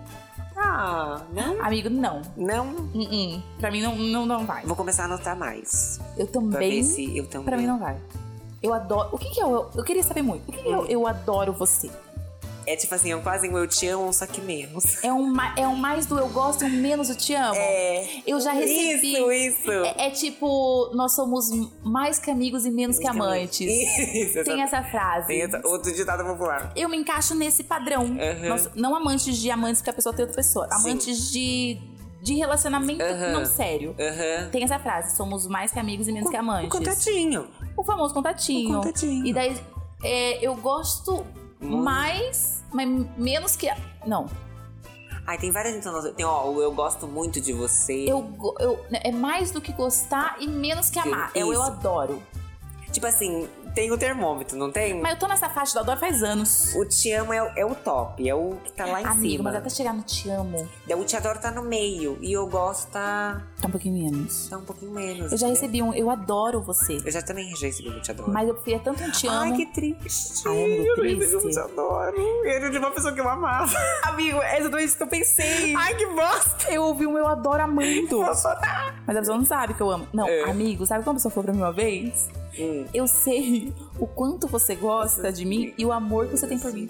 Ah, não? Amigo, não. Não. Uh-uh. Pra mim não, não, não vai. Vou começar a anotar mais. Eu Pra também. ver se eu também. Pra mim não vai. Eu adoro. O que, que é o eu? Eu queria saber muito. O que, que é o eu adoro você? É tipo assim, é quase um eu te amo, só que menos. É um, ma- é um mais do eu gosto e um menos eu te amo? É. Eu já recebi. Isso, isso. É, é tipo, nós somos mais que amigos e menos que amantes. Isso, Tem essa frase. Tem essa, outro ditado popular. Eu me encaixo nesse padrão. Uhum. Nós- não amantes de amantes porque a pessoa tem outra pessoa. Amantes de, de relacionamento Uhum. não sério. Aham. Tem essa frase, somos mais que amigos e menos que amantes. O contatinho. O famoso contatinho. O contatinho. E daí, é, eu gosto Muito. mais, mas menos que... a- Não, Ai, tem várias entonações. Tem, ó, o eu gosto muito de você. eu, go- eu, é mais do que gostar e menos que amar. É o eu Isso. adoro. Tipo assim, tem o termômetro, não tem? Mas eu tô nessa faixa do adoro faz anos. O te amo é, o- é o top, é o que tá lá em Amigo, cima. mas até chegar no te amo, O te adoro tá no meio. E eu gosto tá, tá um pouquinho menos. tá um pouquinho menos. Eu já né? recebi um eu adoro você. Eu já também já recebi o te adoro. Mas eu preferia tanto um te amo. Ai, que triste. Ai, amigo, eu não recebi o triste. te adoro. Eu era de uma pessoa que eu amava. Amigo, é exatamente isso que eu pensei. Ai, que bosta. Eu ouvi um eu adoro amando. Vou chorar. Mas a pessoa não sabe que eu amo. Não, É. amigo, sabe quando a pessoa falou pra mim uma vez? Hum. Eu sei o quanto você gosta de mim e o amor que você tem por mim.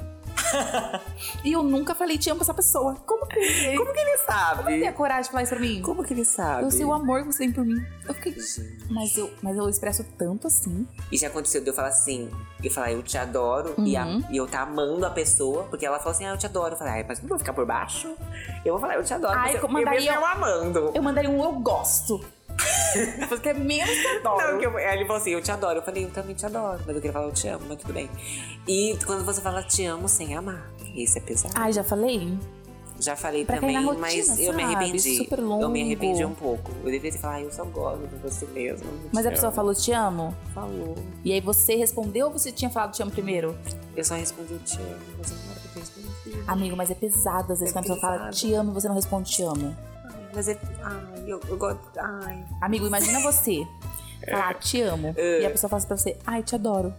E eu nunca falei te amo pra essa pessoa. Como que ele, Como que ele tem sabe? a coragem de falar isso pra mim? Como que ele sabe? Eu sei o amor que você tem por mim. Eu fiquei. Gente. Mas eu, mas eu expresso tanto assim. E já aconteceu de eu falar assim, eu falar, eu te adoro, e, a- Uhum. e eu tá amando a pessoa, porque ela falou assim, ah, eu te adoro. Eu falei, ai, mas não vou ficar por baixo? Eu vou falar, eu te adoro, Ai, mas eu, como eu mandaria- mesmo eu amando. Eu mandaria um eu gosto. Porque é menos que eu adoro. Não, que eu, aí ele falou assim, eu te adoro. Eu falei, eu também te adoro, mas eu queria falar, eu te amo, mas tudo bem. E quando você fala te amo sem amar, isso é pesado. Ai, já falei? Já falei pra cair também, na rotina, mas eu me sabe? arrependi. Super Eu me longo. arrependi um pouco. Eu deveria ter falado, ah, eu só gosto de você mesmo. eu Mas te a pessoa amo. falou te amo? Falou. E aí você respondeu ou você tinha falado te amo primeiro? Eu só respondi, eu te amo, mas eu não era pra ter respondido. Amigo, mas é pesado às vezes É quando a pessoa fala pesado. te amo e você não responde te amo. Mas é. Ai, eu, eu gosto. Ai. Amigo, imagina você falar te amo É. e a pessoa fala assim pra você, ai, te adoro.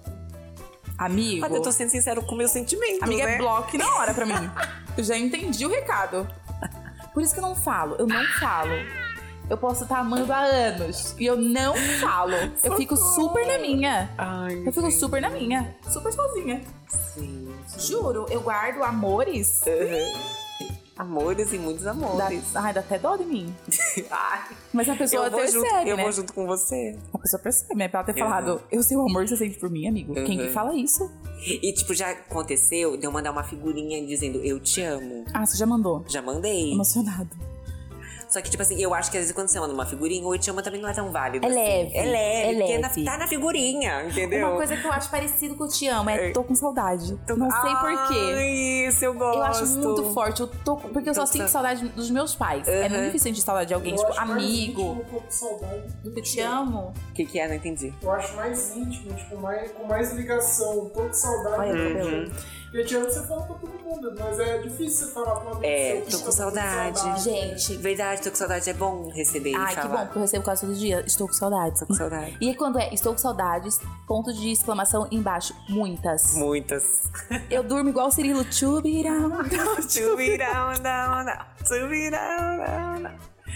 Amigo, Mas eu tô sendo sincero com meus sentimentos, amiga, né? é bloco na hora pra mim. Eu já entendi o recado. Por isso que eu não falo, eu não falo. Eu posso estar amando há anos e eu não falo. Eu fico super na minha. Ai, Eu fico gente. super na minha, super sozinha. Sim. Juro, eu guardo amores. Uhum. Amores e muitos Dá, amores. ai, dá até dó de mim. Ai, Mas a pessoa eu vou, percebe, junto, eu né? vou junto com você. A pessoa percebe, né? Pra ela ter Uhum. falado, eu sei o amor que você sente por mim, amigo. Quem que Uhum. fala isso? E, tipo, já aconteceu de eu mandar uma figurinha dizendo eu te amo. Ah, você já mandou. Já mandei. Emocionado. Só que, tipo assim, eu acho que às vezes quando você manda uma figurinha, o eu te amo também não é tão válido. É assim. leve, É leve. é porque leve. na- tá na figurinha, entendeu? Uma coisa que eu acho parecido com o te amo é É. tô com saudade. Tô- Não sei por quê. Ai, isso eu gosto. Eu acho muito forte. Eu tô, porque eu só Tô sinto com- saudade dos meus pais. É Uhum. muito difícil sentir saudade de alguém, Eu tipo, acho mais amigo. íntimo, tô com saudade do Eu te amo. O que que é? Não entendi. Eu acho mais íntimo, tipo, mais, com mais ligação. Tô com saudade. Olha, do cabelo. que- Porque te amo, você fala pra todo mundo, mas é difícil você falar pra uma É, pessoa que tô tá com saudade. Gente. Verdade, tô com saudade. É bom receber e Ai, que falar. bom, porque eu recebo quase todo dia. Estou com saudades. Tô com saudade. E aí, quando é estou com saudades, ponto de exclamação embaixo. Muitas. Muitas. Eu durmo igual o Cirilo. Chubirão. Chubirão, não, não. Chubirão, não, não.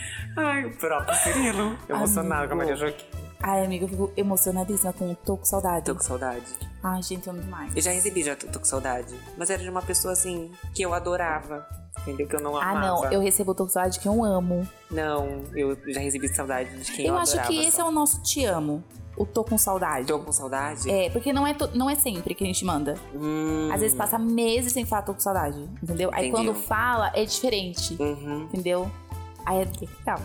Ai, o próprio Cirilo. Emocionado com a Maria Joaquim. Ai, amiga, eu fico emocionadíssima com o tô com saudade. Tô com saudade. Ai, gente, eu amo demais. Eu já recebi, já tô, tô com saudade. Mas era de uma pessoa assim, que eu adorava. Entendeu? Que eu não Ah, amava. não, eu recebo o tô com saudade que eu amo. Não, eu já recebi saudade de quem eu, Eu adorava. acho que esse é o nosso te amo. O tô com saudade. Tô com saudade? É, porque não é, to- não é sempre que a gente manda. Hum. Às vezes passa meses sem falar tô com saudade, entendeu? Aí Entendeu. quando fala, é diferente, Uhum. entendeu? Aí é legal.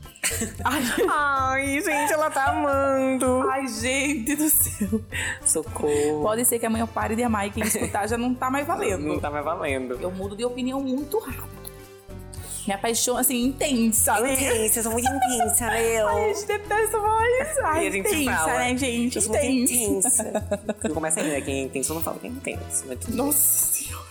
Ai, Ai, gente, ela tá amando. ai, gente do céu. Socorro. Pode ser que amanhã eu pare de amar e quem escutar já não tá mais valendo. Não tá mais valendo. Eu mudo de opinião muito rápido. Minha paixão, assim, intensa, né? Intensa, eu sou muito intensa, meu. Ai, a gente detesta mais. Ai, E a gente intensa, fala. né, gente? Eu sou muito Intensa. intensa. Eu começo ainda, quem é intenso, eu não falo quem é intenso. Mas tudo bem. Nossa senhora.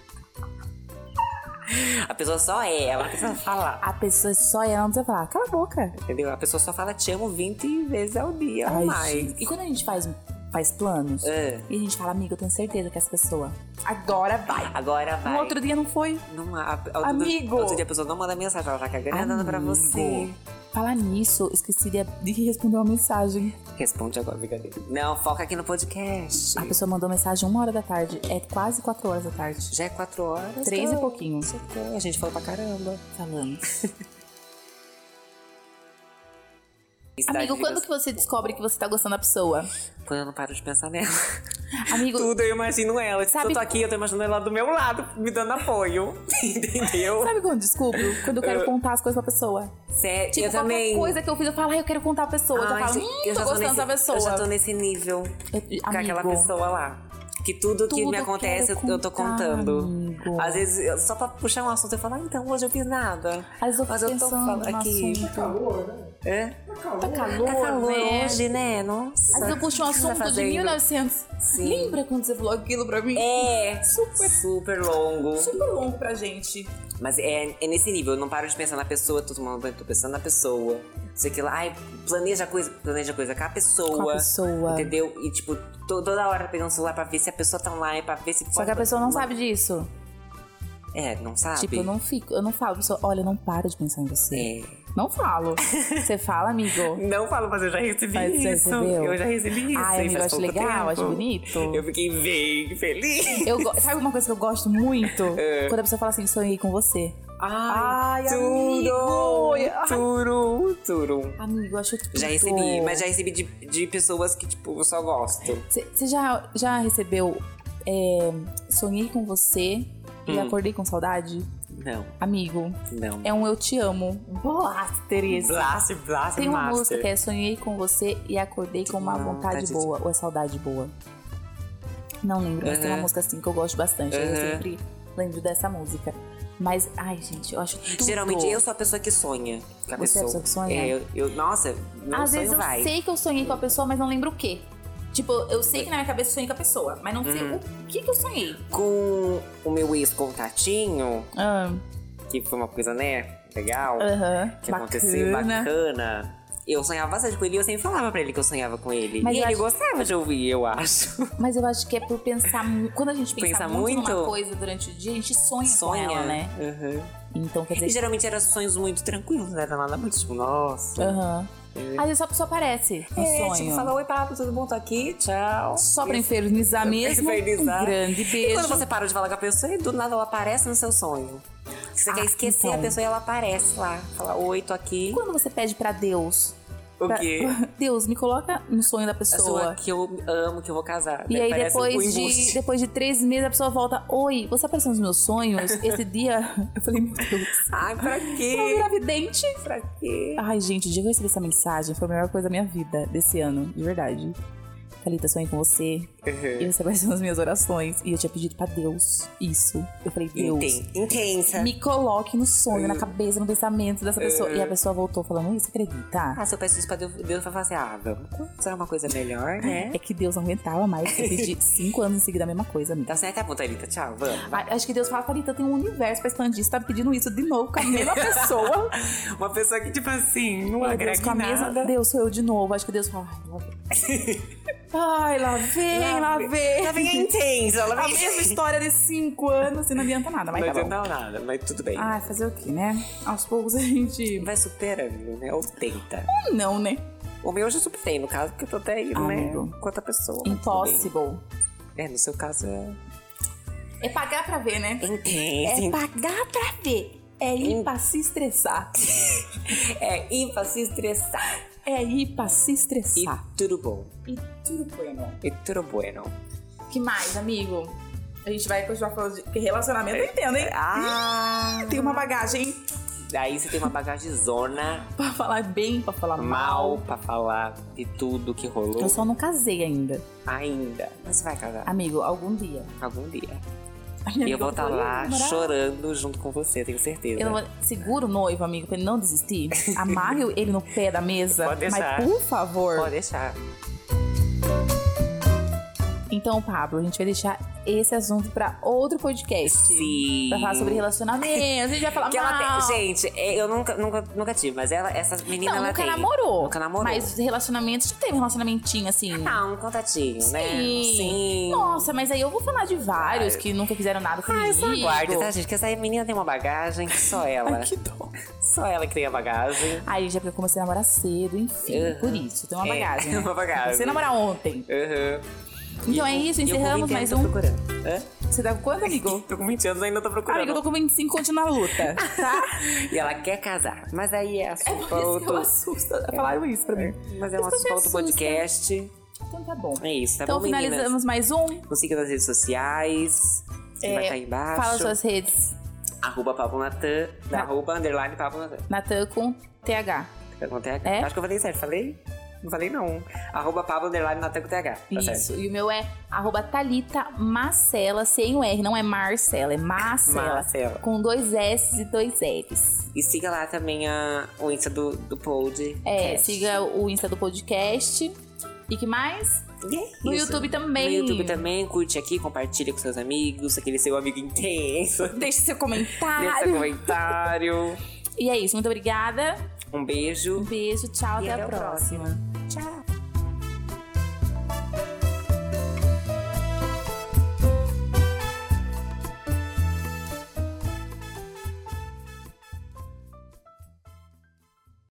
A pessoa só é, ela não precisa falar. A pessoa só é, ela não precisa falar. Cala a boca. Entendeu? A pessoa só fala te amo vinte vezes ao dia ou Ai, mais. gente. E quando a gente faz, faz planos, É. e a gente fala, amiga, eu tenho certeza que essa pessoa agora vai. Agora vai. No outro dia não foi. Não há. Outro, Amigo. Outro dia a pessoa não manda mensagem, ela tá cagando pra Amigo. você. Falar nisso, esqueci de, de responder uma mensagem. Responde agora, brincadeira. Não, foca aqui no podcast. A pessoa mandou mensagem uma hora da tarde. É quase quatro horas da tarde. Já é quatro horas. Três cara. e pouquinho. Socorro, a gente falou pra caramba. Falando. Cidade Amigo, de quando Deus. que você descobre que você tá gostando da pessoa? Quando eu não paro de pensar nela. Amigo, Tudo eu imagino ela. Se Sabe- eu tô aqui, eu tô imaginando ela do meu lado, me dando apoio. Entendeu? sabe quando eu descubro? Quando eu quero Eu- contar as coisas pra pessoa. Sério, Tipo, eu qualquer também. coisa que eu fiz, eu falo, ai, eu quero contar pra pessoa. eu já Ai, falo, gente, hum, eu tô já tô gostando nesse, dessa pessoa. Eu já tô nesse nível Eu- com aquela amigo, pessoa lá. Que tudo, que Tudo me eu acontece, eu, quero eu tô contar, contando. amigo. Às vezes, eu- só pra puxar um assunto, eu falo, ah, então hoje eu fiz nada. Às vezes eu Mas fico eu tô pensando falando no aqui. assunto. Calor, né? É? Tá calor. Tá calor, Tá calor né? hoje, né? Nossa. Mas eu puxei um o que você tá assunto de fazendo? mil e novecentos. Sim. Lembra quando você falou aquilo pra mim? É, Super. super longo. Super longo pra gente. Mas é, é nesse nível, eu não paro de pensar na pessoa, tô tomando banho, tô pensando na pessoa. Sei que lá, ai, planeja coisa, planeja coisa com a pessoa. Com a pessoa. Entendeu? E tipo, to- toda hora pegando o celular pra ver se a pessoa tá online, pra ver se pode. Só que a pessoa não sabe disso. É, não sabe? Tipo, eu não fico, eu não falo, pessoa, olha, eu não paro de pensar em você. É. Não falo. Você fala, amigo? Não falo, mas eu já recebi Mas você isso. recebeu? Eu já recebi isso. Ai, e amigo, faz acho pouco legal, tempo. acho bonito. Eu fiquei bem feliz. Eu go- Sabe uma coisa que eu gosto muito? É. Quando a pessoa fala assim, sonhei com você. Ai, Ai, tudo! amigo! Ai. Tudo, tudo. Amigo, eu acho tudo. Já recebi, mas já recebi de, de pessoas que, tipo, eu só gosto. Você já, já recebeu é, sonhei com você e Hum. acordei com saudade? Não, Amigo, não. é um eu te amo. Blaster esse. Blast, blast, Tem uma master. música que é sonhei com você e acordei com uma Ah, vontade vontade boa. Ou é saudade boa? Não lembro, mas tem uma Aham. música assim que eu gosto bastante. aí Eu Aham. sempre lembro dessa música. Mas, ai, gente, eu acho tudo. Geralmente eu sou a pessoa que sonha com a Você é a pessoa. pessoa que sonha? É, eu, eu- nossa, meu Às sonho vezes eu vai. sei que eu sonhei com a pessoa, mas não lembro o quê. Tipo, eu sei que na minha cabeça eu sonhei com a pessoa, mas não sei Uhum. o que que eu sonhei. Com o meu ex-contatinho, Ah, que foi uma coisa, né, legal, Aham. que aconteceu, bacana. Eu sonhava bastante com ele e eu sempre falava pra ele que eu sonhava com ele. Mas e eu ele acho- gostava de ouvir, eu acho. Mas eu acho que é por pensar. mu- Quando a gente pensa, Pensa muito, muito? numa coisa durante o dia, a gente sonha, Sonha, com ela, né? Uhum. Então, quer E dizer. geralmente eram sonhos muito tranquilos, não era nada muito tipo, nossa. Aham. Às vezes só a pessoa aparece no É, sonho. tipo, fala, oi, Pablo, tudo bom? Tô aqui, tchau. Só pra E- infernizar mesmo. infernizar. Um grande E beijo. quando você para de falar com a pessoa e do nada ela aparece no seu sonho. Você Ah, quer esquecer então. a pessoa e ela aparece lá. Fala, oi, tô aqui. Quando você pede pra Deus. O pra- quê? Deus, me coloca no sonho da A pessoa pessoa. que eu amo, que eu vou casar. E Daí aí, parece um depois de, embuste. depois de três meses, a pessoa volta. Oi, você apareceu nos meus sonhos? Esse dia. Eu falei, meu Deus. Ai, pra Eu quê? virar vidente. Pra quê? Ai, gente, o dia que eu recebi essa mensagem foi a melhor coisa da minha vida desse ano, de verdade. Thalita, sonhei com você. Uhum. E você apareceu nas minhas orações. E eu tinha pedido pra Deus isso. Eu falei, Deus, Inten- Intensa. me coloque no sonho, na cabeça, no pensamento dessa pessoa. Uhum. E a pessoa voltou falando, isso, acredita? Ah, se eu peço isso pra Deus, Deus vai falar assim, ah, vamos fazer uma coisa melhor, né? É que Deus não aguentava mais. Eu pedi cinco anos em seguida a mesma coisa, amiga. Tá certo, tá bom, Thalita, tchau, vamos. Ah, acho que Deus fala, Thalita, tem um universo pra expandir. Você tá pedindo isso de novo com a mesma pessoa. Uma pessoa que, tipo assim, não Ai, agrega Deus, com a em mesma. nada. Deus, sou eu de novo. Acho que Deus fala, ai, lá vem. Ai, lá vem, lá vem. Lá vem a intensa, ela A vem. mesma história de cinco anos e não adianta nada, mas Não tá bom. adianta nada, mas tudo bem. Ai, fazer o quê, né? Aos poucos a gente... Vai superando, né? Ou tenta. Não, né? O meu eu já superei, no caso, porque eu tô até indo, Amigo. né? Com outra pessoa. mas tudo Impossible. bem. É, no seu caso é. É pagar pra ver, né? Intensa. É pagar pra ver. É ir pra se estressar. É ir pra se estressar. É ir pra se E estressar. tudo bom. E tudo bueno. E tudo bueno. Que mais, amigo? A gente vai continuar falando de que relacionamento eu entendo, hein? Ah! Tem uma bagagem Daí você tem uma bagagem zona, pra falar bem, pra falar mal, mal. pra falar de tudo que rolou. Eu só não casei ainda. Ainda. Mas você vai casar Amigo, algum dia. algum dia. A minha E eu vou amiga estar falou, lá "Ih, morar." chorando junto com você, tenho certeza. Eu não vou... Segura o noivo, amigo, pra ele não desistir. Amarre ele no pé da mesa. Pode deixar. Mas, por favor. Pode deixar. Então, Pablo, a gente vai deixar esse assunto pra outro podcast. Sim. Pra falar sobre relacionamento. A gente vai falar Que ela mal. tem, gente, é, eu nunca, nunca, nunca tive, mas ela, essa menina, Não, ela nunca tem. namorou. Nunca namorou. Mas relacionamento, já teve um relacionamentinho assim. Ah, um contatinho, né? Sim. Sim. Nossa, mas aí eu vou falar de vários que nunca fizeram nada comigo. Ah, só aguarde, tá, gente? Que essa menina tem uma bagagem que só ela. Ai, que dó. Só ela que tem a bagagem. Aí já porque eu comecei a namorar cedo, enfim. Uhum. Por isso, tem uma É, bagagem. né? uma bagagem. Comecei a namorar ontem. Uhum. Então é isso, encerramos mais tô um. procurando. Hã? Você tá com quanto, amigo? Tô com vinte anos e ainda tô procurando. Amigo, eu tô com vinte e cinco, continuo na luta, tá? E ela quer casar. Mas aí é É assunto por pra isso que eu outro. assusto. Falaram isso pra mim. Mas é um Por isso que assunto pra outro você assusta. podcast. Então tá bom. É isso, tá Então bom, meninas? finalizamos mais um. Nos siga nas redes sociais. Que É, vai estar aí embaixo. Fala suas redes. Arroba Pablo Natan. Na- Arroba underline Pablo Natan. Natan com T H. Quer contar? É? Acho que eu falei certo, falei? Não falei não. Arroba Pablo Underline Natan com T H. Tá Isso, certo. e o meu é arroba Thalita Marcela, sem o R, não é Marcela, é Marcela. Marcela. Com dois S e dois L's. E siga lá também a, o Insta do, do Pod. É, siga o Insta do podcast. E que mais? Yeah, No isso. YouTube também. No YouTube também, curte aqui, compartilha com seus amigos, aquele seu amigo intenso. Deixe seu comentário. Deixa seu comentário. E é isso, muito obrigada. Um beijo. Um beijo, tchau, E até, até a o próxima. próximo.